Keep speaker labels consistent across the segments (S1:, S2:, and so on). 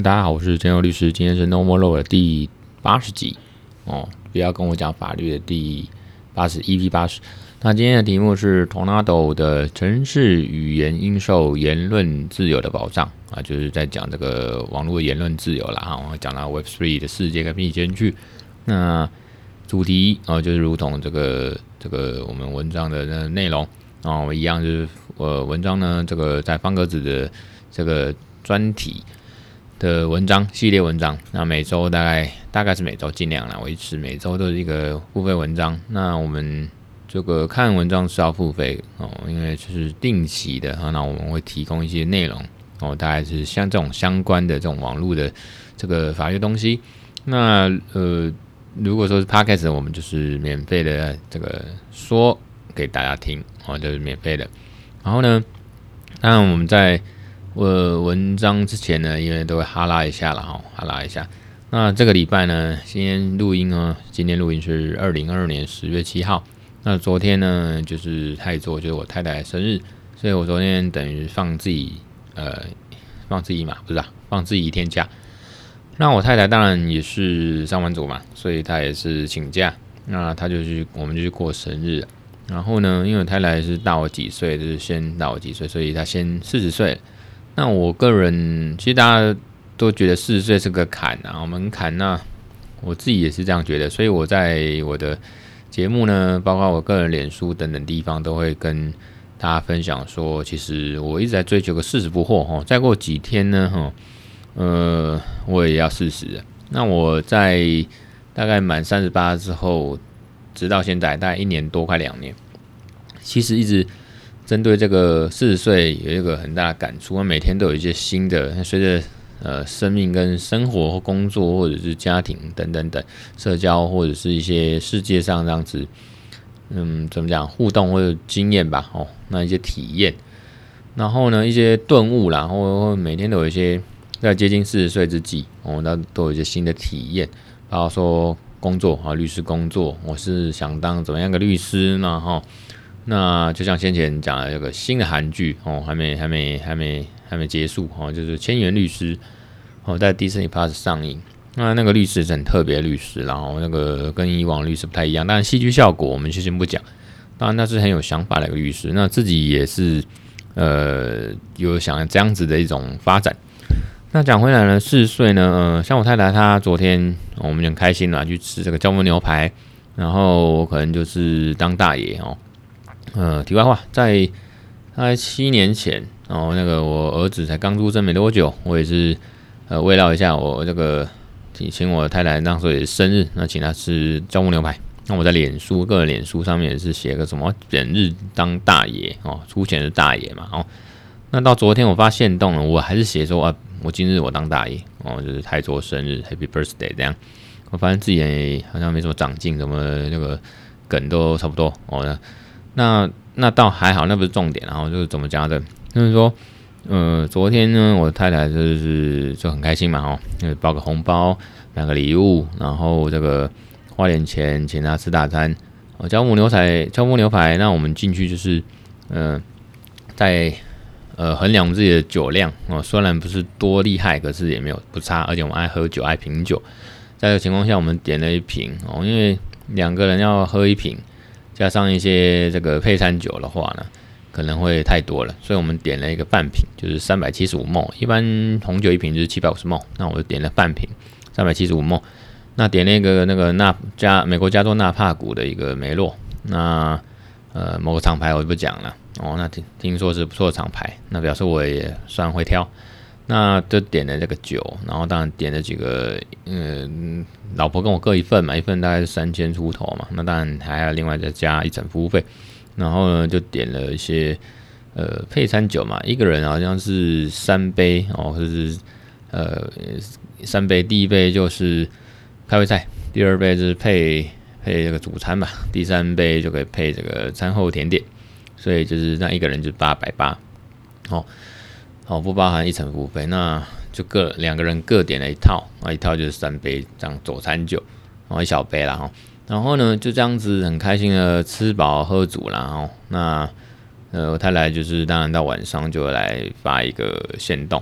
S1: 大家好，我是陈佑律师，今天是 No More Law 的第80集哦，不要跟我讲法律的第80 EP80。那今天的题目是 Tornado 的程式语言应受言论自由的保障啊，就是在讲这个网络言论自由啦哈，我讲到 Web3 的世界跟密间去。那主题就是如同这个我们文章的内容我一样就是文章呢这个在方格子的这个专题的文章系列文章，那每周大概是每周尽量啦维持每周都是一个付费文章。那我们这个看文章是要付费因为就是定期的那我们会提供一些内容大概是像这种相关的这种网络的这个法律东西。那如果说是 Podcast 我们就是免费的这个说给大家听就是免费的。然后呢，当然我们在文章之前呢，因为都会哈拉一下啦哈拉一下。那这个礼拜呢，今天录音是2022年10月7号。那昨天呢，就是泰座，就是我太太的生日，所以我昨天等于放自己一天假。那我太太当然也是上班族嘛，所以她也是请假。那我们就去过生日了。然后呢，因为我太太是大我几岁，就是先大我几岁，所以她先40岁了。那我个人其实大家都觉得40岁是个坎门槛，那我自己也是这样觉得，所以我在我的节目呢，包括我个人脸书等等地方，都会跟大家分享说，其实我一直在追求个40不惑再过几天呢我也要40了。那我在大概满38之后，直到现在大概1年多快2年，其实一直针对这个40岁有一个很大的感触，每天都有一些新的，随着生命跟生活或工作或者是家庭等等等社交或者是一些世界上这样子怎么讲互动或者经验吧那一些体验，然后呢一些顿悟啦，然后每天都有一些在接近40岁之际那都有一些新的体验，包括说工作律师工作，我是想当怎么样的律师呢那就像先前讲的这个新的韩剧还没结束就是《千元律师》在 Disney Plus 上映。那个律师是很特别的律师，然后那个跟以往律师不太一样，当然戏剧效果我们先不讲，当然那是很有想法的一个律师，那自己也是有想这样子的一种发展。那讲回来呢，40岁呢像我太太她昨天我们很开心啦，去吃这个椒末牛排，然后我可能就是当大爷题外话，在大概7年前那个我儿子才刚出生没多久，我也是慰劳一下我这个请我太太，那时候也是生日，那请她吃椒末牛排。那我在个人脸书上面也是写个什么本日当大爷出钱是大爷嘛那到昨天我发现动了，我还是写说我今日我当大爷就是泰座生日 Happy Birthday 这样。我发现自己好像没什么长进，怎么那个梗都差不多那倒还好，那不是重点。然后就是怎么讲的，就是说昨天呢我太太就很开心嘛包个红包买个礼物，然后这个花点钱请她吃大餐椒末牛排。那我们进去就是在衡量我们自己的酒量虽然不是多厉害，可是也没有不差，而且我们爱喝酒爱品酒。在这个情况下我们点了一瓶因为2个人要喝一瓶，加上一些这个配餐酒的话呢可能会太多了，所以我们点了一个半瓶，就是 375ml， 一般红酒一瓶就是 750ml， 那我就点了半瓶 375ml。 那点了一个那个美国加州纳帕谷的一个梅洛，那某个厂牌我就不讲了那听说是不错的厂牌，那表示我也算会挑，那就点了这个酒，然后当然点了几个老婆跟我各一份嘛，一份大概是3000出头嘛，那当然还要另外再加一整服务费。然后呢就点了一些配餐酒嘛，一个人好像是3杯就是3杯，第一杯就是开胃菜，第二杯就是配这个主餐吧，第3杯就可以配这个餐后甜点，所以就是那一个人就880不包含一层服务费，那就2个人各点了一套一套就是3杯这样佐餐酒一小杯啦然后呢就这样子很开心的吃饱喝足啦那我太太就是当然到晚上就来发一个限动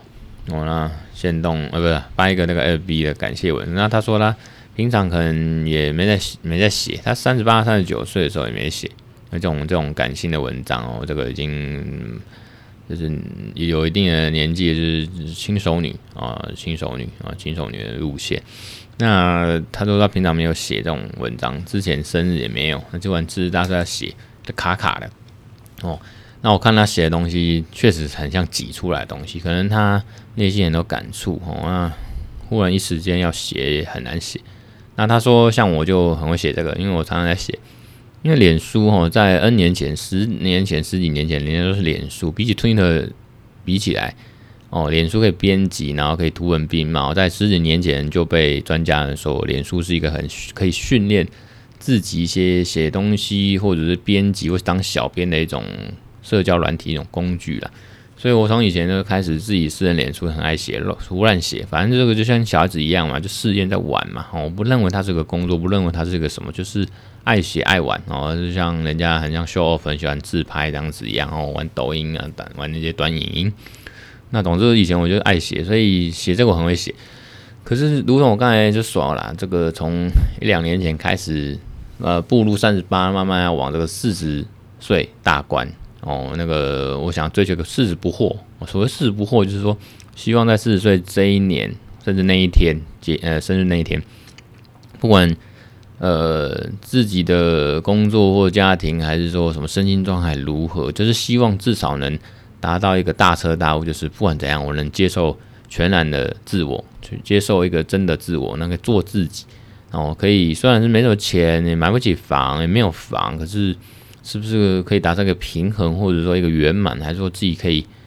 S1: 那限动不是发一个那个 FB 的感谢文。那他说他平常可能也没在写，他38、39岁的时候也没写这种感性的文章这个已经就是有一定的年纪，就是轻熟女的路线。那他说他平常没有写这种文章，之前生日也没有，那今晚生日大概要写，就卡卡的那我看他写的东西确实很像挤出来的东西，可能他内心很多感触那忽然一时间要写也很难写。那他说像我就很会写这个，因为我常常在写。因为脸书在 N 年前、10年前、10几年前，人家都是脸书，比起 Twitter 比起来脸书可以编辑，然后可以图文并茂。在10几年前就被专家人说，脸书是一个很可以训练自己一些写东西或者是编辑或是当小编的一种社交软体一种工具啦。所以我从以前就开始自己私人脸书很爱写，胡乱写，反正这个就像小孩子一样嘛，就试验在玩嘛。我不认为它是个工作，不认为它是个什么，就是爱写爱玩就像人家很像 show off 很喜欢自拍这样子一样玩抖音啊，玩那些短影音。那总之以前我就爱写，所以写这个我很会写。可是如同我刚才就说了，这个从1-2年前开始步入38，慢慢要往这个40岁大关那个我想追求个40不惑。所谓40不惑，就是说希望在40岁这一年，甚至那一天生日那一天，不管自己的工作或家庭，还是说什么身心状态如何，就是希望至少能达到一个大彻大悟，就是不管怎样，我能接受全然的自我，去接受一个真的自我，那个做自己可以虽然是没什么钱，也买不起房，也没有房，可是是不是可以达到一个平衡，或者说一个圆满，还是说自己可以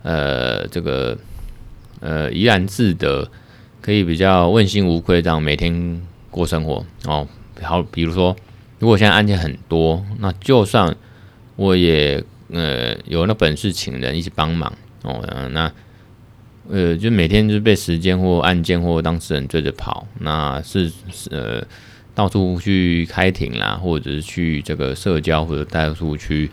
S1: 怡然自得，可以比较问心无愧这样每天过生活好，比如说如果现在案件很多，那就算我也有那本事请人一起帮忙那就每天就被时间或案件或当事人追着跑，那是到处去开庭啦，或者是去这个社交，或者到处去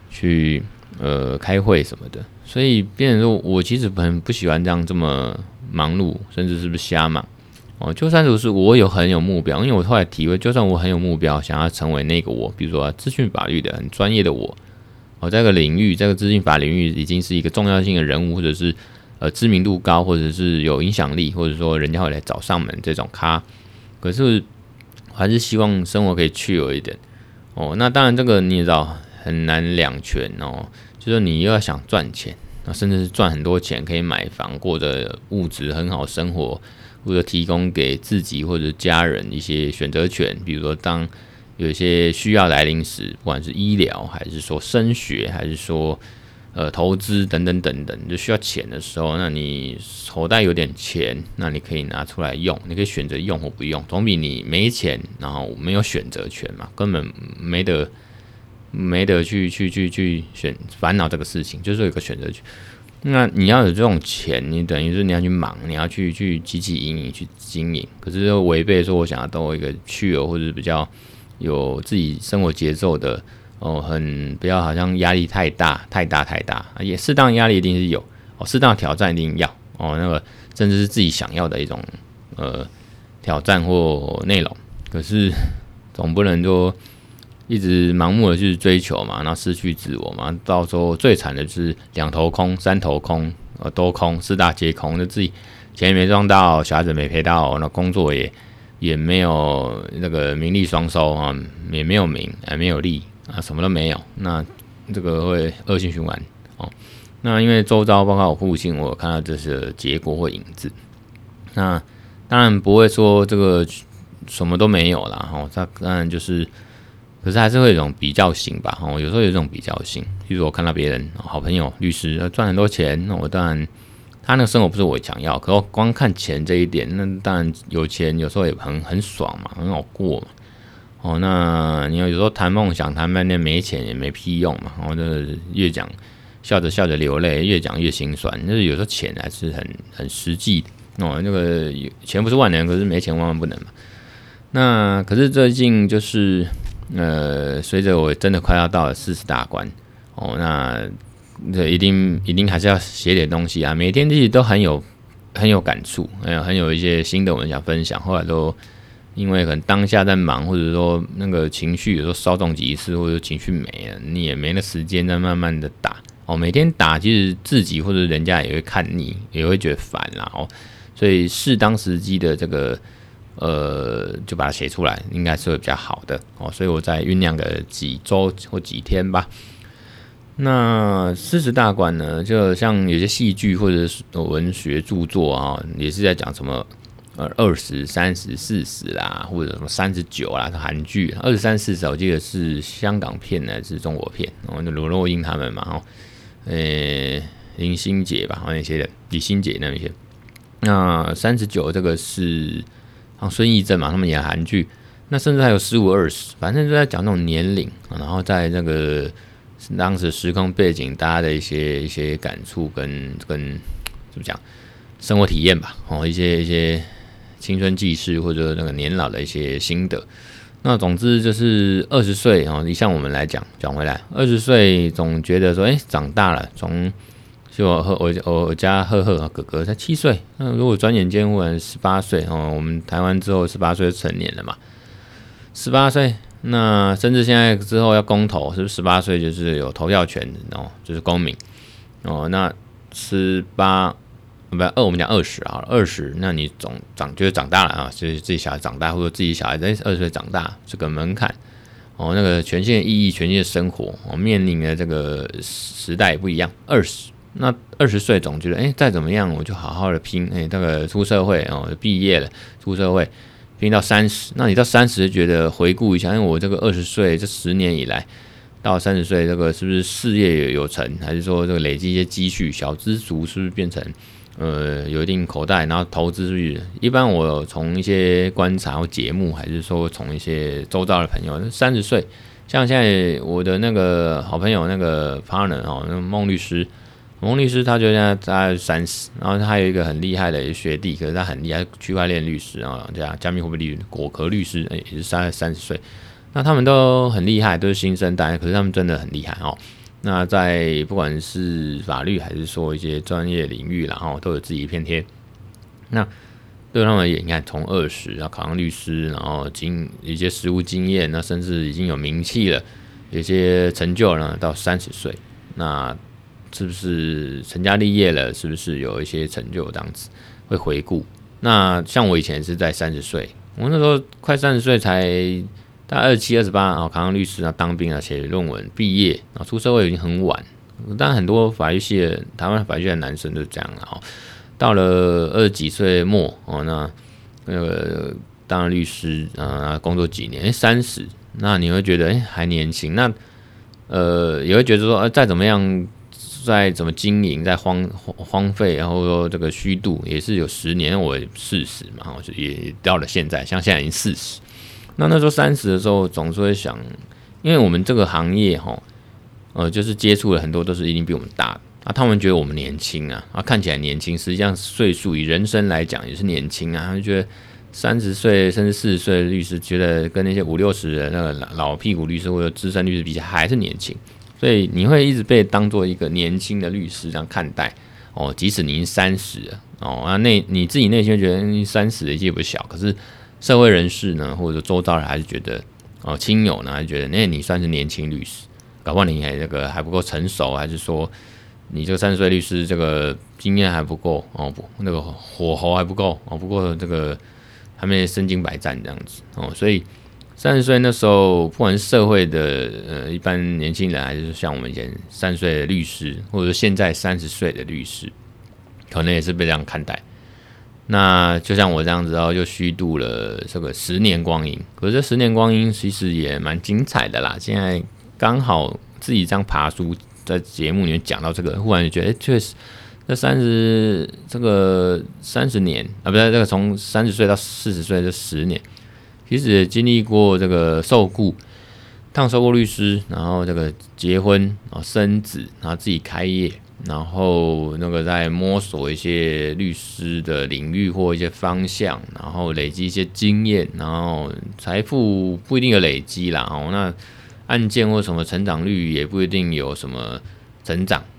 S1: 开会什么的。所以变成说我其实很不喜欢这样这么忙碌，甚至是不是瞎忙就算是我很有目标，因为我后来体会，就算我很有目标，想要成为那个我，比如说资讯法律的很专业的我这个领域，这个资讯法领域已经是一个重要性的人物，或者是知名度高，或者是有影响力，或者说人家会来找上门这种咖。可是我还是希望生活可以自由一点那当然这个你也知道很难两全就是你又要想赚钱，甚至是赚很多钱，可以买房，过着物质很好生活，或者提供给自己或者家人一些选择权。比如说当有一些需要来临时，不管是医疗，还是说升学，还是说投资等等等等，就需要钱的时候，那你口袋有点钱，那你可以拿出来用，你可以选择用或不用，总比你没钱然后没有选择权嘛，根本没得去选烦恼这个事情，就是有一个选择权。那你要有这种钱，你等于是你要去忙，你要去积极营营去经营，可是又违背说我想要都有一个去有或者比较有自己生活节奏的很不要好像压力太大，也适当压力一定是有适当挑战一定要那个甚至是自己想要的一种挑战或内容，可是总不能说一直盲目的去追求嘛，然后失去自我嘛，到时候最惨的就是2头空、3头空、都空，4大皆空，就自己钱也没赚到，小孩子没陪到，那工作也没有那个名利双收也没有名，没有利什么都没有，那这个会恶性循环那因为周遭包括我父亲，我有看到这些结果或影子。那当然不会说这个什么都没有啦他当然就是。可是还是会有一种比较心吧有时候有一种比较心，比如说我看到别人好朋友律师赚很多钱，那我当然他那个生活不是我想要，可我光看钱这一点，那当然有钱有时候也很爽嘛，很好过嘛那你有时候谈梦想谈半天没钱也没屁用嘛就是越讲笑着流泪，越讲越心酸，就是有时候钱还是很实际的那个钱不是万能，可是没钱万万不能嘛。那可是最近就是随着我真的快要到了40大关那这一定还是要写点东西啊，每天自己都很有很有感触，很有一些新的我们想分享，后来都因为可能当下在忙，或者说那个情绪有时候稍纵即逝，或者情绪没了，你也没了时间再慢慢的打每天打，其实自己或者人家也会看腻，也会觉得烦啦所以适当时机的这个就把它写出来，应该是会比较好的所以我再酝酿个几周或几天吧。那40大馆呢，就像有些戏剧或者是文学著作也是在讲什么20、30、40啦，或者什么39啦，韩剧23、40，我记得是香港片还是中国片，罗若英他们嘛林心杰吧，那些人，李心洁那些。那39这个是孙艺珍嘛，他们演韩剧，那甚至还有15、20，反正就在讲那种年龄，然后在那个当时时空背景，大家的一些感触跟怎么讲生活体验吧，一些青春记事或者那个年老的一些心得。那总之就是20岁像我们来讲回来，20岁总觉得说，长大了，就我家赫哥哥才7岁，那如果转眼间忽然18岁我们台湾之后18岁就成年了嘛，18岁。那甚至现在之后要公投，是不是18岁就是有投票权就是公民那18我们讲20好了，20，那你就是长大了就是自己小孩长大，或者自己小孩在20岁长大，这个门槛那个权限的意义、权限的生活面临的这个时代也不一样。那20岁总觉得再怎么样我就好好的拼，那个出社会毕业了，出社会。拼到30，那你到30觉得回顾一下，因为我这个20岁这10年以来，到30岁这个是不是事业有成，还是说这个累积一些积蓄，小资族是不是变成有一定口袋，然后投资出去？一般我从一些观察或节目，还是说从一些周遭的朋友，30岁，像现在我的那个好朋友那个 partner 那个孟律师他就现在大概30，然后他还有一个很厉害的学弟，可是他很厉害，区块链律师加密货币律师果壳律师也是30岁。那他们都很厉害，都是新生代，可是他们真的很厉害那在不管是法律还是说一些专业领域然后都有自己一片天。那对他们也，你看从20然后考上律师，然后有一些实务经验，那甚至已经有名气了，有些成就了，到30岁，那是不是成家立业了？是不是有一些成就？这样子会回顾。那像我以前是在30岁，我那时候快30岁才大概27、28考上律师当兵写论文，毕业然后出社会已经很晚。当然很多法律系的台湾法律系的男生都这样到了20几岁末那个当了律师工作几年30，那你会觉得还年轻，那也会觉得说再怎么样。再怎么经营，再荒废，然后说这个虚度也是有10年，我40嘛，就也到了现在，像现在已经40。那时候30的时候，总是会想，因为我们这个行业就是接触了很多都是一定比我们大的他们觉得我们年轻看起来年轻，实际上岁数以人生来讲也是年轻他们觉得30岁甚至40岁的律师，觉得跟那些50、60的那个老屁股律师或者资深律师比起来还是年轻。所以你会一直被当作一个年轻的律师这样看待即使你已经30了你自己内心觉得你30了也不小，可是社会人士呢，或者周遭人还是觉得亲友呢，还是觉得你算是年轻律师，搞不好你还不够成熟，还是说你这个30岁律师这个经验还不够那个火候还不够不过这个还没身经百战这样子所以。30岁那时候，不管是社会的一般年轻人，还是像我们以前30岁的律师，或者现在30岁的律师，可能也是被这样看待。那就像我这样子就虚度了这个10年光阴。可是这10年光阴其实也蛮精彩的啦。现在刚好自己这样爬书，在节目里面讲到这个，忽然就觉得确实，这30年不是这个从30岁到40岁这10年。其实也经历过这个受雇，当受雇律师，然后这个结婚，生子，然后自己开业，然后那个在摸索一些律师的领域或一些方向，然后累积一些经验，然后财富不一定有累积啦那案件或什么成长率也不一定有什么成长，可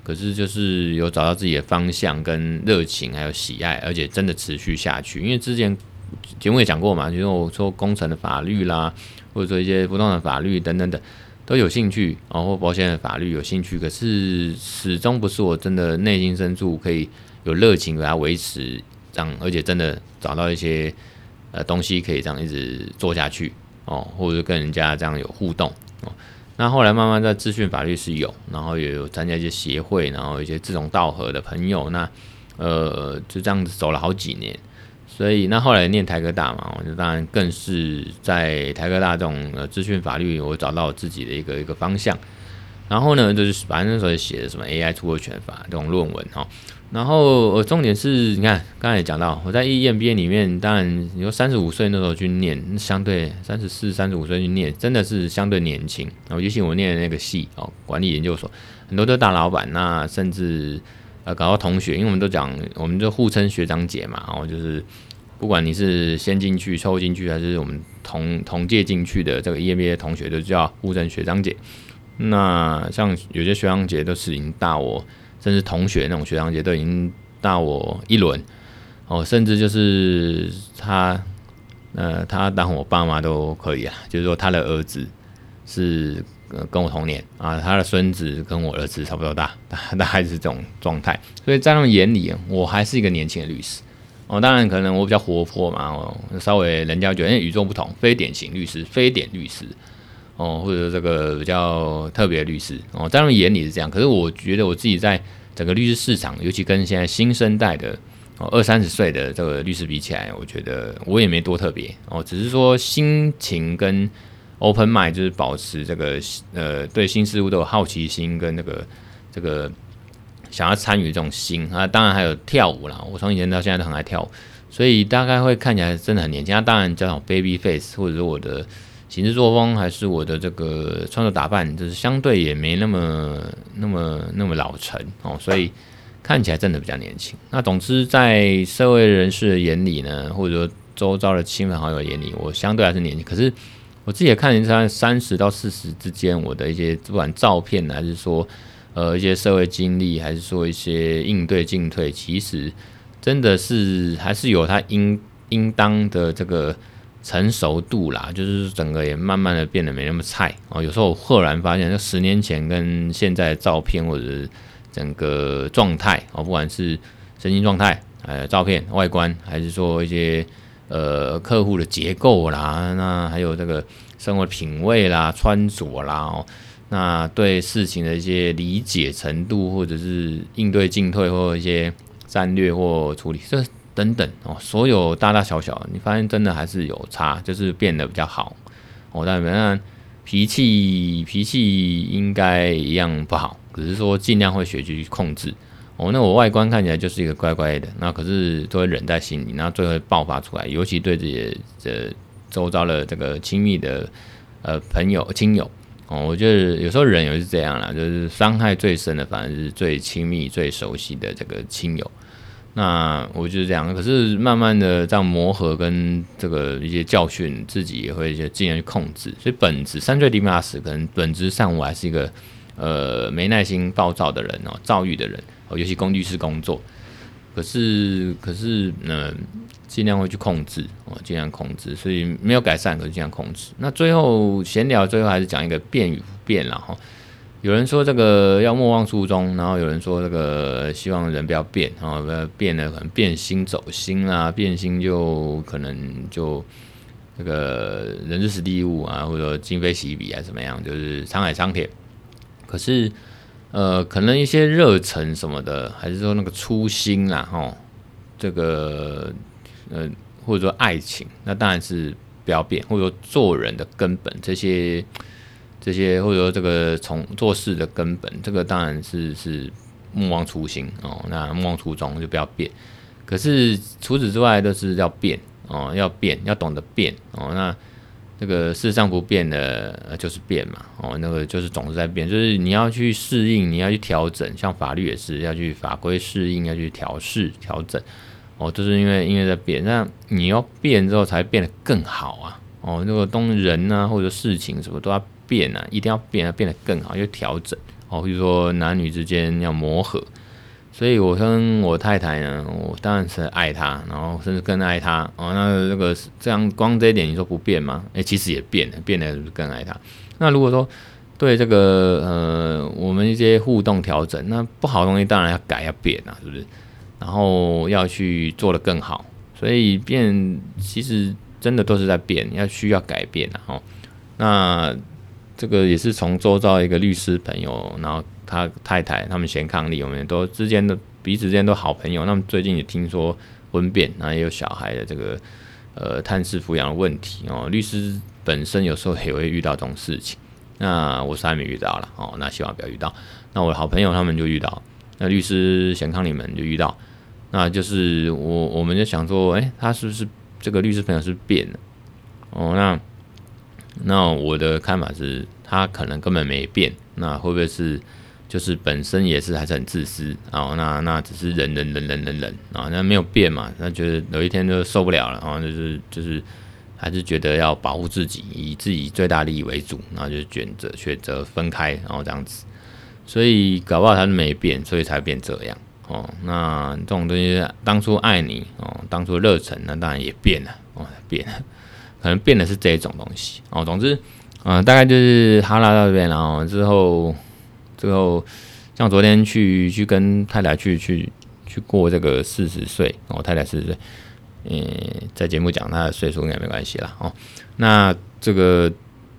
S1: 可是就是有找到自己的方向跟热情，还有喜爱，而且真的持续下去。因为之前节目也讲过嘛，就是我说工程的法律啦，或者说一些不动产法律等等等都有兴趣或保险的法律有兴趣，可是始终不是我真的内心深处可以有热情给它维持这样，而且真的找到一些东西可以这样一直做下去或者跟人家这样有互动那后来慢慢在资讯法律是有，然后也有参加一些协会，然后一些志同道合的朋友，那就这样子走了好几年。所以那后来念台科大嘛，我就当然更是在台科大这种资讯法律，我找到我自己的一个方向。然后呢，就是反正那时候写的什么 AI 著作权法这种论文然后重点是，你看刚才也讲到，我在 EMBA 里面，当然你说35岁那时候去念，相对34、35岁去念，真的是相对年轻。尤其我念的那个系管理研究所，很多都是大老板，那甚至搞到同学，因为我们都讲，我们就互称学长姐嘛，就是不管你是先进去、抽进去，还是我们同届进去的这个 EMBA 的同学，都叫互称学长姐。那像有些学长姐都是已经大我，甚至同学那种学长姐都已经大我一轮甚至就是他当我爸妈都可以啊，就是说他的儿子是跟我同年他的孙子跟我儿子差不多大，大概是这种状态，所以在他们眼里，我还是一个年轻的律师当然可能我比较活泼嘛稍微人家觉得与众不同，非典型律师，非典律师或者这个比较特别的律师在他们眼里是这样。可是我觉得我自己在整个律师市场，尤其跟现在新生代的20-30岁的这个律师比起来，我觉得我也没多特别只是说心情跟 open mind， 就是保持这个对新事物都有好奇心跟这个想要参与这种心当然还有跳舞啦，我从以前到现在都很爱跳舞，所以大概会看起来真的很年轻当然加上 baby face 或者是我的行事作风，还是我的这个穿着打扮，就是相对也没那么老成所以看起来真的比较年轻。那总之在社会人士的眼里呢，或者说周遭的亲朋好友的眼里，我相对还是年轻。可是我自己也看人在30到40之间，我的一些不管照片还是说一些社会经历，还是说一些应对进退，其实真的是还是有它应当的这个成熟度啦，就是整个也慢慢的变得没那么菜有时候我赫然发现，就10年前跟现在的照片或者是整个状态不管是身心状态、照片、外观，还是说一些客户的结构啦，那还有这个生活品味啦、穿着啦那对事情的一些理解程度，或者是应对进退，或一些战略或处理，这等等所有大大小小，你发现真的还是有差，就是变得比较好当然脾气应该一样不好，可是说尽量会学去控制那我外观看起来就是一个乖乖的，那可是都会忍在心里，然后最后会爆发出来，尤其对自己的周遭的这个亲密的朋友亲友我觉得有时候人也是这样啦，就是伤害最深的反而是最亲密最熟悉的这个亲友。那我就是这样，可是慢慢的这样磨合跟这个一些教训，自己也会尽量去控制。所以本质3岁离马死，可能本质上我还是一个没耐心、暴躁的人躁郁的人尤其律师工作。可是尽量会去控制尽量控制，所以没有改善，可是尽量控制。那最后闲聊，最后还是讲一个变与不变啦有人说这个要莫忘初衷，然后有人说这个希望人不要变不要变了，可能变心走心啦，变心就可能就这个人之实地物或者今非昔比怎么样，就是沧海桑田。可是可能一些热忱什么的，还是说那个初心啦这个或者说爱情，那当然是不要变，或者说做人的根本这些，或者说这个从做事的根本，这个当然是莫忘初心那莫忘初衷就不要变。可是除此之外都是要变要变，要懂得变那这个事实上不变的就是变嘛那个就是总是在变，就是你要去适应，你要去调整，像法律也是要去法规适应，要去调整就是因为在变，那你要变之后才变得更好那个人或者事情什么都要变一定要变得更好，要调整比如说男女之间要磨合。所以我跟我太太呢，我当然是爱她，然后甚至更爱她那这个这样光这一点你说不变吗？其实也变了，变了更爱她。那如果说对这个我们一些互动调整，那不好的东西当然要改要变啊，是不是？然后要去做得更好，所以变其实真的都是在变，需要改变那这个也是从周遭一个律师朋友，然后他太太他们贤伉俪，我们都彼此之间都好朋友。那么最近也听说婚变，然后也有小孩的这个探视抚养的问题律师本身有时候也会遇到这种事情。那我是还没遇到了那希望不要遇到。那我的好朋友他们就遇到，那律师贤伉俪们就遇到，那就是我们就想说，他是不是这个律师朋友是变了那我的看法是，他可能根本没变，那会不会是就是本身也是还是很自私那只是忍那没有变嘛，那觉得有一天就受不了了就是还是觉得要保护自己，以自己最大利益为主，然后就选择分开，然后这样子，所以搞不好他是没变，所以才变这样那这种东西，当初爱你当初热忱，那当然也变了变了。可能变的是这种东西总之大概就是哈拉到这边，然后之后像昨天去跟太太去过这个40岁太太40岁，在节目讲她的岁数应该没关系啦那这个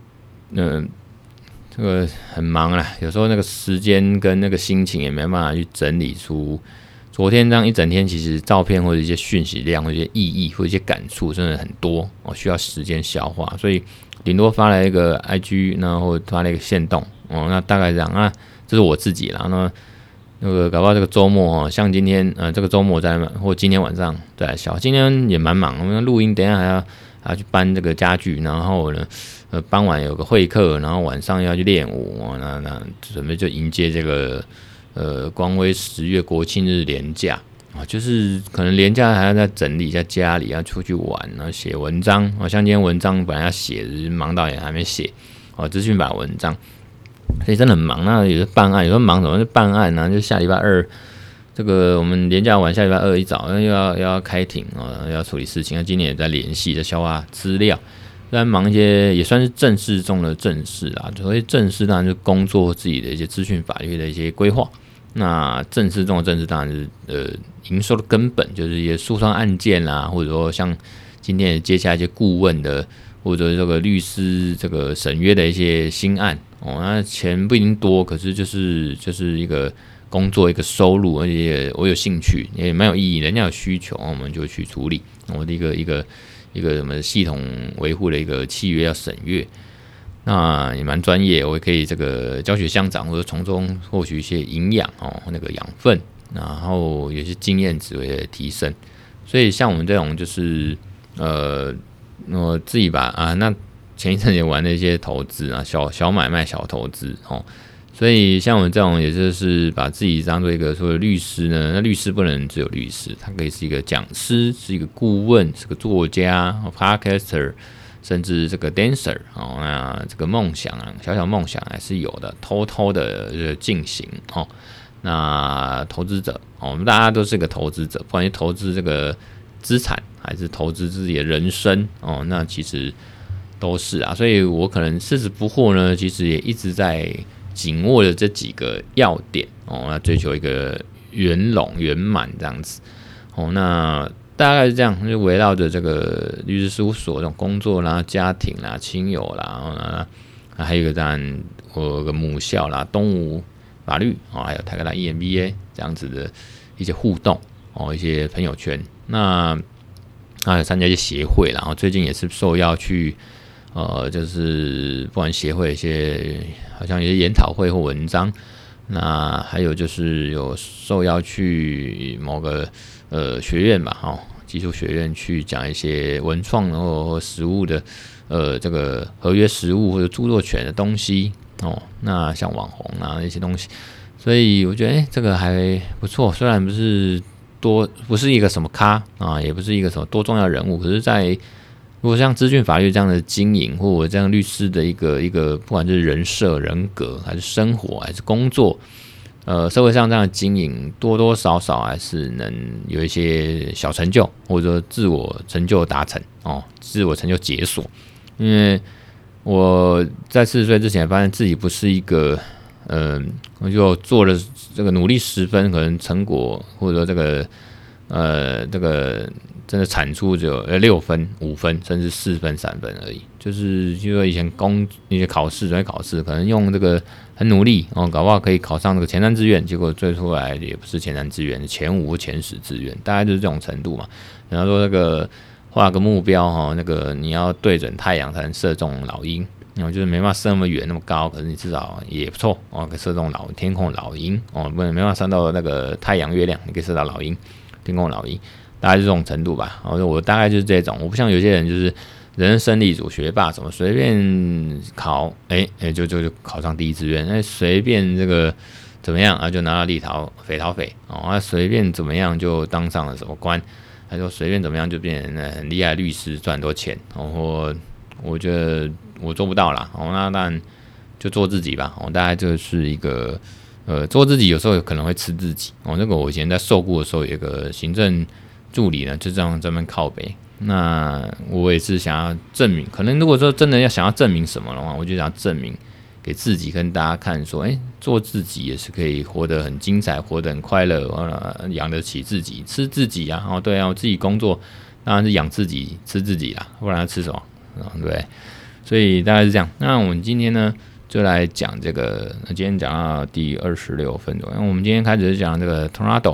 S1: 这个很忙啦，有时候那个时间跟那个心情也没办法去整理出昨天这样一整天，其实照片或者一些讯息量或者一些意义或者一些感触真的很多需要时间消化，所以顶多发了一个 IG， 然后发了一个限动那大概这样这是我自己啦。那个搞不好这个周末像今天这个周末或今天晚上再小，今天也蛮忙，我们录音，等一下还要去搬这个家具，然后呢傍晚有个会客，然后晚上要去练舞那准备就迎接这个光辉10月国庆日连假就是可能连假还要再整理一下家里，要出去玩，然后写文章像今天文章本来要写，忙到也还没写资讯法文章，所以真的很忙。那有时候办案，有时候忙什么就办案就下礼拜二这个我们连假完，下礼拜二一早又要开庭要处理事情，今天也在联系，在消化资料，虽然忙一些也算是正事中的正事啦。所谓正事当然就是工作自己的一些资讯法律的一些规划，那正事中的正事当然是营收的根本，就是一些诉讼案件啦，或者说像今天也接下一些顾问的，或者这个律师这个审约的一些新案那钱不一定多，可是就是一个工作一个收入，而且我有兴趣也蛮有意义，人家有需求我们就去处理我的一个什么系统维护的一个契约要审阅，那也蛮专业，我也可以这个教学相长，或者从中获取一些营养那个养分，然后有些经验值的提升。所以像我们这种就是我自己把那前一阵也玩了一些投资小买卖小投资所以像我们这种也就是把自己当做一个所谓的律师呢，那律师不能只有律师，他可以是一个讲师，是一个顾问，是个作家podcaster， 甚至这个 dancer 那这个梦想小梦想还是有的，偷偷的进行那投资者我们大家都是个投资者，不管是投资这个资产还是投资自己的人生那其实都是所以我可能四十不惑呢，其实也一直在紧握的这几个要点那追求一个圆融圆满这样子那大概是这样，就围绕着这个律师事务所这种工作啦、家庭啦、亲友啦还有一个当然我有个母校啦，东吴法律还有台科大 EMBA 这样子的一些互动一些朋友圈，那有参加一些协会啦，然后最近也是受邀去就是不管协会一些好像有些研讨会或文章，那还有就是有受邀去某个学院吧技术学院去讲一些文创或实务的这个合约实务或者著作权的东西那像网红那些东西，所以我觉得这个还不错，虽然不是一个什么咖也不是一个什么多重要人物，可是在如果像资讯法律这样的经营，或我这样律师的一个，不管是人设、人格，还是生活，还是工作，社会上这样的经营，多多少少还是能有一些小成就，或者说自我成就达成哦，自我成就解锁。因为我在40岁之前，发现自己不是一个，我就做了这个努力10分，可能成果或者说这个真的产出只有6分、5分，甚至4分、3分而已。就是说以前一些准备考试，可能用这个很努力哦，搞不好可以考上这个前3志愿，结果最出来也不是前3志愿，前5、前10志愿，大概就是这种程度嘛。然后说那个画个目标哈，那个你要对准太阳才能射中老鹰。就是没办法射那么远那么高，可是你至少也不错哦，可以射中天空老鹰哦，不然没办法射到那个太阳月亮，你可以射到老鹰，天空老鹰，大概是这种程度吧。我大概就是这种，我不像有些人就是人生胜利组学霸，什么随便考，就考上第1志愿，随便这个怎么样啊，就拿到匪逃匪哦，随便怎么样就当上了什么官，还说随便怎么样就变成很厉害的律师，赚很多钱哦，我觉得我做不到啦，那当然就做自己吧，大概就是一个做自己有时候可能会吃自己那个我以前在受雇的时候有一个行政助理呢，就这样专门靠北。那我也是想要证明，可能如果说真的想要证明什么的话，我就想要证明给自己跟大家看说，做自己也是可以活得很精彩，活得很快乐，养得起自己，吃自己啊，对啊，我自己工作当然是养自己，吃自己啦，不然要吃什么？对不对？所以大概是这样。那我们今天呢，就来讲这个。今天讲到第26分钟，我们今天开始讲这个 Tornado。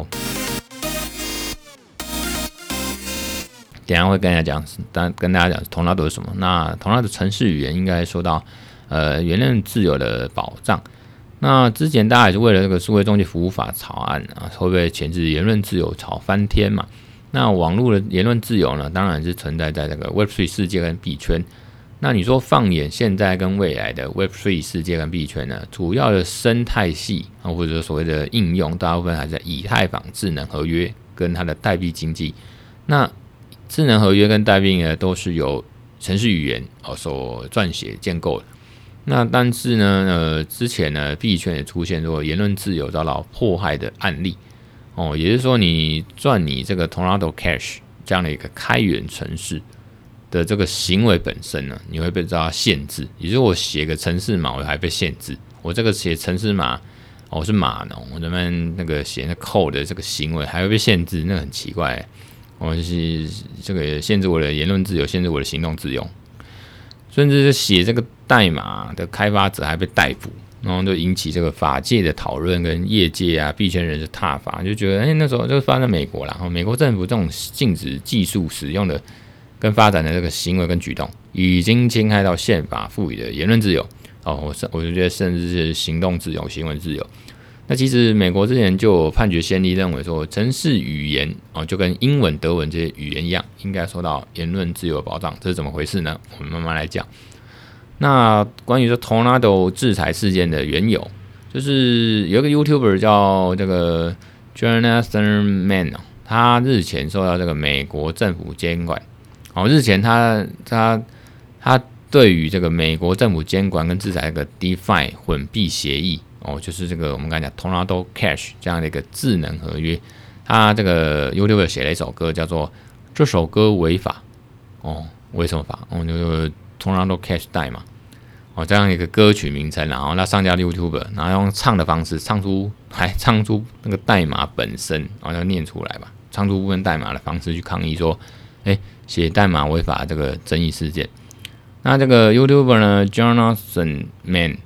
S1: 等一下会跟大家讲 Tornado 是什么。那 Tornado 程式语言应该受到言论自由的保障。那之前大家也是为了这个数位中介服务法草案啊，会不会钳制言论自由吵翻天嘛？那网络的言论自由呢，当然是存在在这个 Web3 世界跟币圈。那你说放眼现在跟未来的 Web3 世界跟币圈呢，主要的生态系或者所谓的应用，大部分还是在以太坊智能合约跟它的代币经济。那智能合约跟代币呢，都是由程式语言所撰写建构的。那但是呢，之前呢，币圈也出现过言论自由遭到迫害的案例。也就是说，你赚你这个 Tornado Cash 这样的一个开源程式的这个行为本身呢，你会被遭到限制。也就是我写个程式码，我还被限制。我这个写程式码，我是码农，我这边那个写那 code 的这个行为还会被限制，那很奇怪。我就是这个限制我的言论自由，限制我的行动自由，甚至是写这个代码的开发者还被逮捕。然后就引起这个法界的讨论，跟业界啊币圈人士挞伐，就觉得那时候就发生在美国啦，美国政府这种禁止技术使用的跟发展的这个行为跟举动，已经侵害到宪法赋予的言论自由我就觉得甚至是行动自由、行为自由。那其实美国之前就有判决先例认为说，程式语言就跟英文、德文这些语言一样，应该受到言论自由的保障。这是怎么回事呢？我们慢慢来讲。那关于说 Tornado 制裁事件的缘由，就是有一个 YouTuber 叫这个 Jonathan Mann， 他日前受到这个美国政府监管。日前他对于这个美国政府监管跟制裁这个 DeFi 混币协议就是这个我们刚才讲 Tornado Cash 这样的一个智能合约，他这个 YouTuber 写了一首歌叫做这首歌违法为什么法？就是 Tornado Cash 代码这样一个歌曲名称，然后他上架 YouTube， 然后用唱的方式唱出那个代码本身，然后念出来吧，唱出部分代码的方式去抗议说，写代码违法这个争议事件。那这个 YouTuber 呢 ，Jonathan Mann，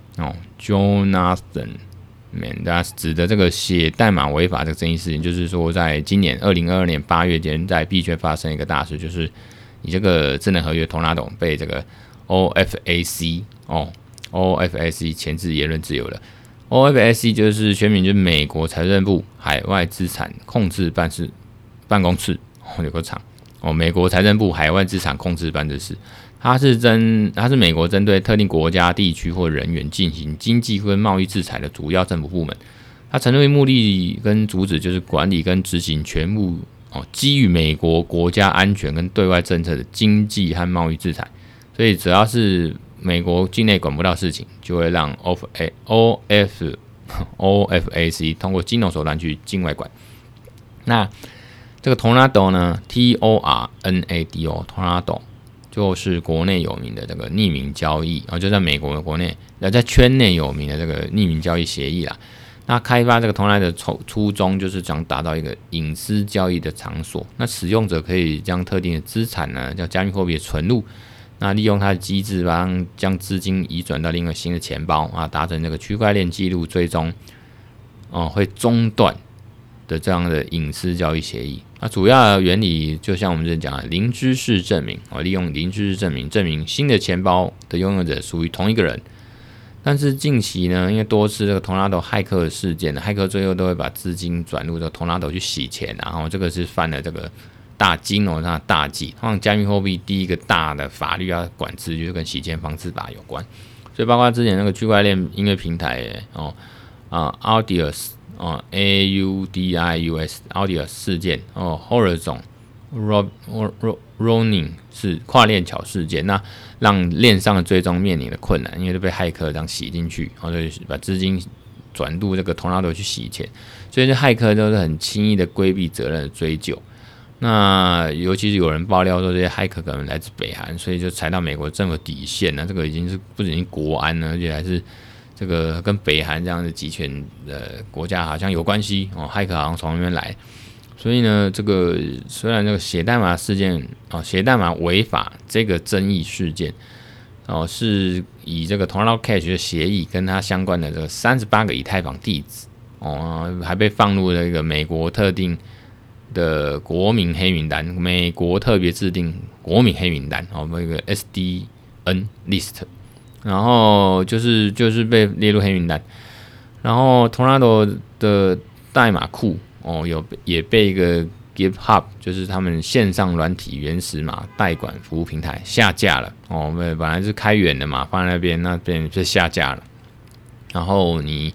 S1: 他指的这个写代码违法这个争议事件，就是说在今年2022年8月间，在币圈发生一个大事，就是你这个智能合约 Tornado 被这个 OFAC 钳制言论自由了。OFAC 就是全名就是美国财政部海外资产控制办公室，有个厂美国财政部海外资产控制办公室，它是美国针对特定国家、地区或人员进行经济跟贸易制裁的主要政府部门。它成立目的跟主旨就是管理跟执行全部基于美国国家安全跟对外政策的经济和贸易制裁，所以只要是美国境内管不到事情，就会让 OFAC 通过金融手段去境外管。那这个 Tornado 呢 ，TORNADO Tornado 就是国内有名的这个匿名交易，就在美国的国内，在圈内有名的这个匿名交易协议啦。那开发这个 Tornado 的初衷就是想打造一个隐私交易的场所，那使用者可以将特定的资产呢，叫加密货币的存入，那利用它的机制将资金移转到另一个新的钱包达成这个区块链记录追踪会中断的这样的隐私交易协议。那主要的原理就像我们之前讲的零知识证明，利用零知识证明新的钱包的拥有者属于同一个人。但是近期呢，因为多次这个 Tornado 骇客事件，骇客最后都会把资金转入这个 Tornado 去洗钱，然后这个是犯了这个大金融上的大忌。通常加密货币第一个大的法律要管制就是跟洗钱防治法有关，所以包括之前那个区块链音乐平台Audius Audius 事件Horizon Ronin 是跨链桥事件，那让链上的追踪面临的困难，因为都被骇客这样洗进去，所以把资金转入这个 Tornado 去洗钱，所以这骇客都是很轻易的规避责任的追究。那尤其是有人爆料说这些骇客可能来自北韩，所以就踩到美国政府底线了。这个已经是不仅国安了，而且还是这个跟北韩这样的集权的国家好像有关系骇客好像从那边来。所以呢，这个虽然这个写代码事件写代码违法这个争议事件是以这个 Tornado Cash 的协议跟它相关的这个38个以太坊地址还被放入了一个美国特定的国民黑名单，美国特别制定国民黑名单那个 SDN list， 然后就是被列入黑名单，然后 Tornado 的代码库也被一个 GitHub 就是他们线上软体原始码代管服务平台下架了本来是开源的嘛，放在那边就下架了。然后你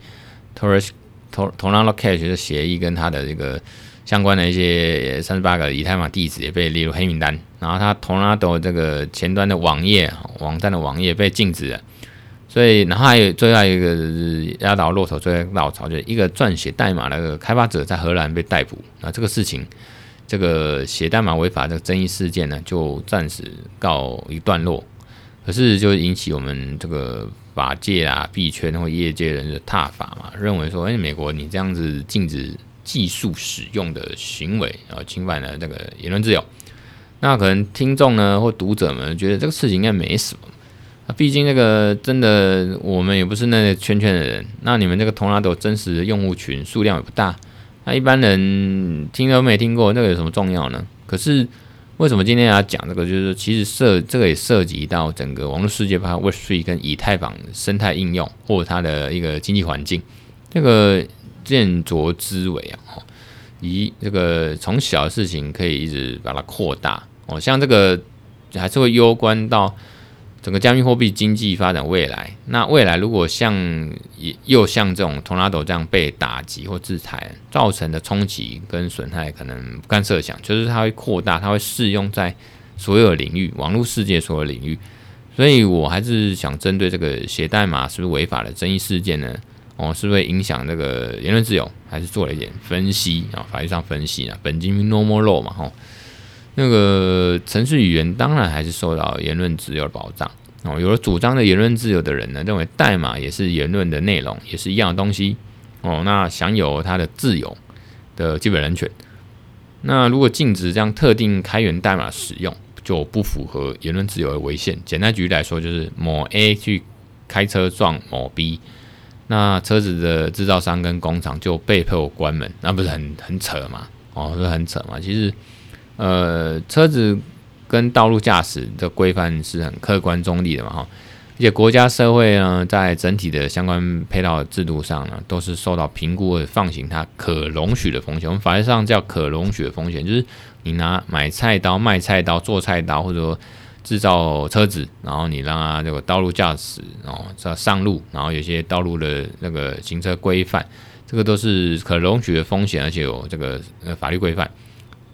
S1: Tornado Cash 的协议跟它的这个相关的一些38个以太坊地址也被列入黑名单，然后它 Tornado 这个前端的网站的网页被禁止了。所以，然后最后一个是压倒骆驼最后稻草，就是一个撰写代码的开发者在荷兰被逮捕。那这个事情，这个写代码违法的争议事件呢，就暂时告一段落。可是就引起我们这个法界币圈或业界人的挞伐嘛，认为说，美国你这样子禁止技术使用的行为侵犯了这个言论自由。那可能听众呢或读者们觉得这个事情应该没什么。毕竟那个真的我们也不是那个圈的人，那你们这个 Tornado 真实的用户群数量也不大，那一般人听都没听过，那个有什么重要呢？可是为什么今天要讲这个？就是其实这个也涉及到整个网络世界，包括 Web3 跟以太坊生态应用或者它的一个经济环境，这个见浊知微以这个从小的事情可以一直把它扩大像这个还是会攸关到整个加密货币经济发展未来。那未来如果又像这种 Tornado 这样被打击或制裁，造成的冲击跟损害可能不堪设想，就是它会扩大，它会适用在所有领域，网络世界所有领域。所以我还是想针对这个写代码是不是违法的争议事件呢？是不是影响这个言论自由？还是做了一点分析法律上分析本金 normal law 嘛那个程式语言当然还是受到言论自由的保障有了主张的言论自由的人呢，认为代码也是言论的内容，也是一样的东西那享有它的自由的基本人权。那如果禁止这样特定开源代码使用，就不符合言论自由的违宪。简单举例来说，就是某 A 去开车撞某 B， 那车子的制造商跟工厂就被迫关门，那不是很扯吗？不是很扯吗？其实车子跟道路驾驶的规范是很客观中立的嘛而且国家社会呢，在整体的相关配套制度上呢，都是受到评估的放行它可容许的风险。我们法律上叫可容许的风险，就是你买菜刀、卖菜刀、做菜刀，或者说制造车子，然后你让它这个道路驾驶上路，然后有些道路的那个行车规范，这个都是可容许的风险，而且有这个法律规范。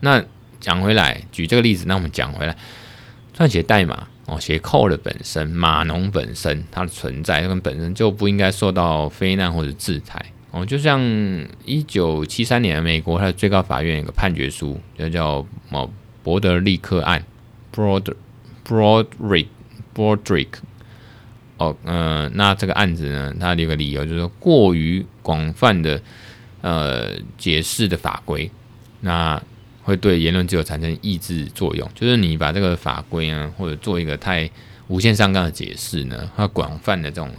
S1: 那讲回来，举这个例子，那我们讲回来，撰写代码写 code 本身，码农本身它的存在跟本身就不应该受到非难或者制裁就像1973年美国它的最高法院有个判决书，就叫伯德利克案 （Broderick）。那这个案子呢，它有个理由就是说过于广泛的解释的法规，那会对言论自由产生抑制作用。就是你把这个法规呢，或者做一个太无限上纲的解释呢，它广泛的这种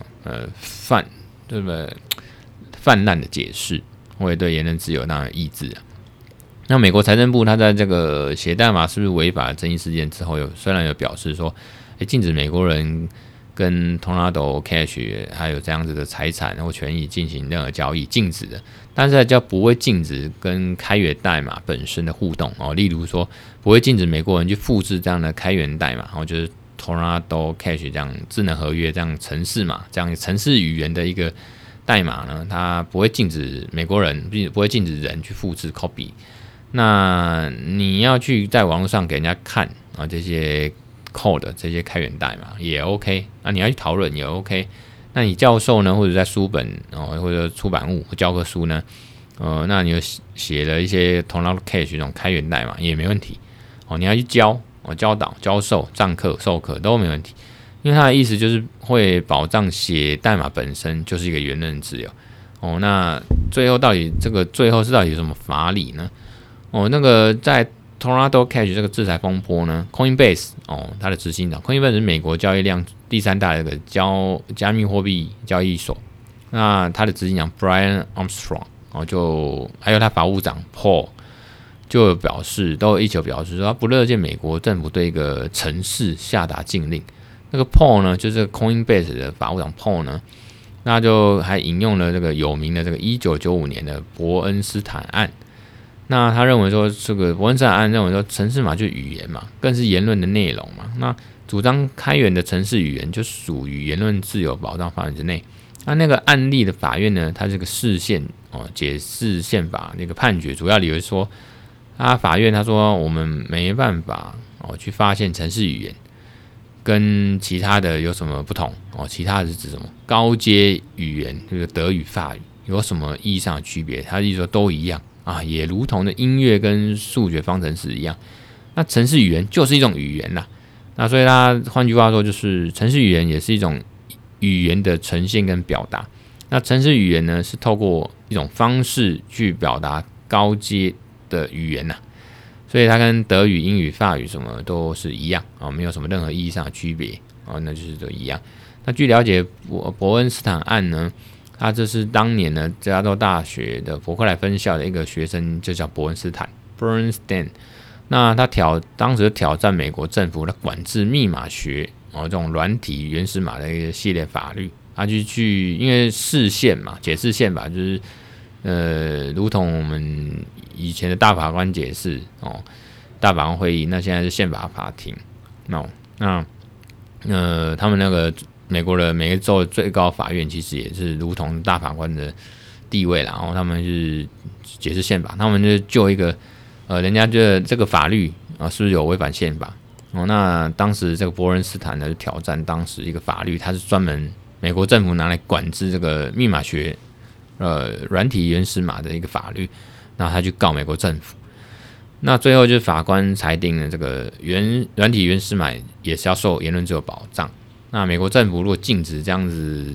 S1: 泛滥的解释，会对言论自由当然抑制那美国财政部它在这个写代码是不是违法的争议事件之后，虽然有表示说，禁止美国人跟 Tornado Cash 还有这样子的财产或权益进行任何交易，禁止的，但是就不会禁止跟开源代码本身的互动例如说不会禁止美国人去复制这样的开源代码就是 Tornado Cash 这样智能合约这样程式码这样程式语言的一个代码呢，它不会禁止美国人，不会禁止人去复制 copy。那你要去在网络上给人家看这些 code 这些开源代码也 OK， 那你要去讨论也 OK。那你教授呢，或者在书本或者出版物或教科书呢，那你有写了一些 Tornado Cash 这种开源代码也没问题你要去教导、教授、上课、授课都没问题，因为它的意思就是会保障写代码本身就是一个言论自由那最后到底有什么法理呢？那个在 Tornado Cash 这个制裁风波呢 ，Coinbase 它的执行长 ，Coinbase 是美国交易量第3大的这个加密货币交易所。那它的执行长 Brian Armstrong 就还有他法务长 Paul 就一起表示说，他不乐见美国政府对一个城市下达禁令。那个 Paul 呢，就是 Coinbase 的法务长 Paul 呢，那就还引用了这个有名的这个1995年的伯恩斯坦案。那他认为说，这个伯恩斯坦案认为说，程式码就是语言嘛，更是言论的内容嘛。那主张开源的程式语言就属于言论自由保障范围之内。那个案例的法院呢，它这个解释宪法那个判决，主要理由是说，法院他说我们没办法去发现程式语言跟其他的有什么不同其他的是指什么高阶语言，这个德语、法语有什么意义上的区别？他意思说都一样。也如同的音乐跟数学方程式一样，那程式语言就是一种语言啦。那所以它换句话说，就是程式语言也是一种语言的呈现跟表达。那程式语言呢，是透过一种方式去表达高阶的语言所以它跟德语、英语、法语什么都是一样没有什么任何意义上的区别那就是都一样。那据了解，伯恩斯坦案呢，他这是当年呢加州大学的伯克莱分校的一个学生，就叫伯恩斯坦 （Bernstein）。那他当时挑战美国政府的管制密码学这种软体原始码的一个系列法律。他就因为释宪嘛，解释宪法就是如同我们以前的大法官解释大法官会议，那现在是宪法法庭。那他们那个美国的每个州的最高法院其实也是如同大法官的地位啦，然后他们是解释宪法，他们就一个人家觉得这个法律是不是有违反宪法那当时这个伯恩斯坦呢就挑战当时一个法律，它是专门美国政府拿来管制这个密码学软体原始码的一个法律，那他去告美国政府。那最后就是法官裁定了这个软体原始码也是要受言论自由保障。那美国政府如果禁止这样子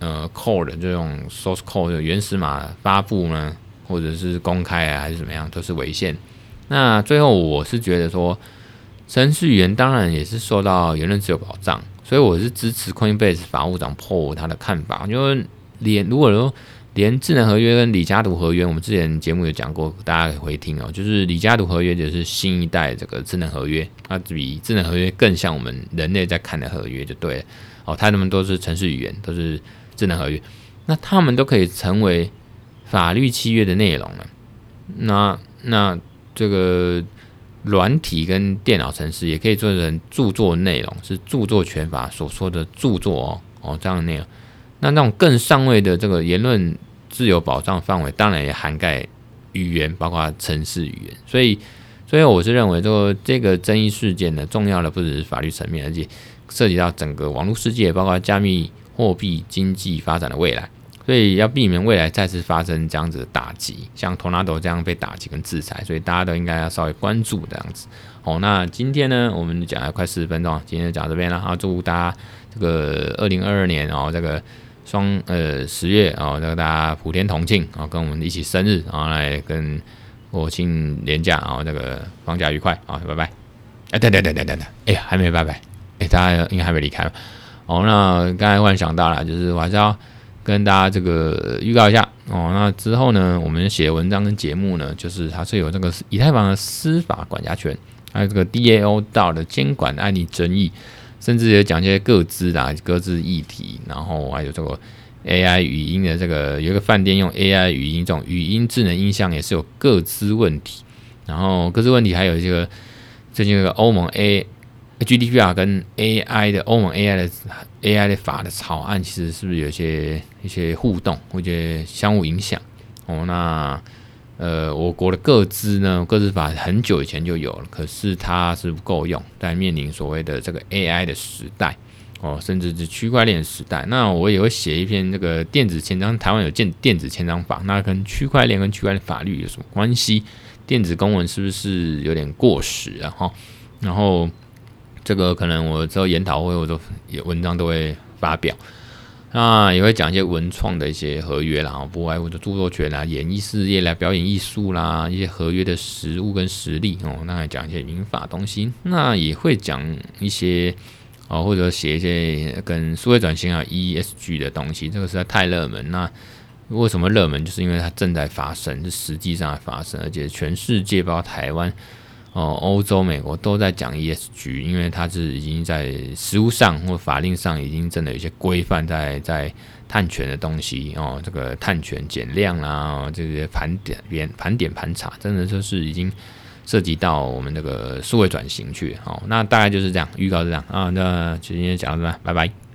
S1: code 这种 source code 的原始码发布呢，或者是公开还是怎么样，都是违宪。那最后我是觉得说，程序员当然也是受到言论自由保障，所以我是支持 Coinbase 法务长 Paul 他的看法，就是如果说连智能合约跟李嘉图合约，我们之前节目有讲过，大家可以回听就是李嘉图合约就是新一代这个智能合约，它比智能合约更像我们人类在看的合约就对了它们都是程式语言，都是智能合约，那他们都可以成为法律契约的内容了。那这个软体跟电脑程式也可以做成著作内容，是著作权法所说的著作这样的内容。那种更上位的这个言论自由保障范围，当然也涵盖语言，包括程式语言。所以所以我是认为这个争议事件呢，重要的不只是法律层面，而且涉及到整个网络世界，包括加密货币经济发展的未来。所以要避免未来再次发生这样子的打击，像 Tornado 这样被打击跟制裁，所以大家都应该要稍微关注这样子。那今天呢，我们讲了快40分钟，今天就讲到这边了。祝大家这个2022年这个10月这个大家普天同庆跟我们一起生日来跟国庆连假这个放假愉快拜拜。等，还没拜拜，大家应该还没离开吧？那刚才忽然想到了，就是我还是要跟大家这个预告一下那之后呢，我们写文章跟节目呢，就是它是有这个以太坊的司法管辖权，还有这个 DAO 道的监管案例争议，甚至也讲一些各自议题，然后还有这个 AI 语音的这个有一个饭店用 AI 语音这种语音智能音箱也是有各自问题，然后各自问题还有这个最近这个欧盟GDPR 跟 AI 的欧盟 AI 的法的草案，其实是不是有一些互动，我觉得相互影响那我国的个资法很久以前就有了，可是它是不够用，在面临所谓的这个 AI 的时代甚至是区块链时代。那我也会写一篇这个电子签章，台湾有电子签章法，那跟区块链跟区块链法律有什么关系？电子公文是不是有点过时然后这个可能我之后研讨会或者文章都会发表，那也会讲一些文创的一些合约啦，不外乎的著作权啦、演艺事业啦、表演艺术啦，一些合约的实务跟实例那还讲一些民法东西，那也会讲一些或者写一些跟数位转型ESG 的东西，这个实在太热门。那为什么热门？就是因为它正在发生，是实际上在发生，而且全世界包括台湾欧洲、美国都在讲 ESG， 因为它是已经在实务上或法令上已经真的有一些规范在碳权的东西这个碳权减量啦，这些盘点盘查，真的就是已经涉及到我们这个数位转型去那大概就是这样，预告是这样那今天讲到这，拜拜。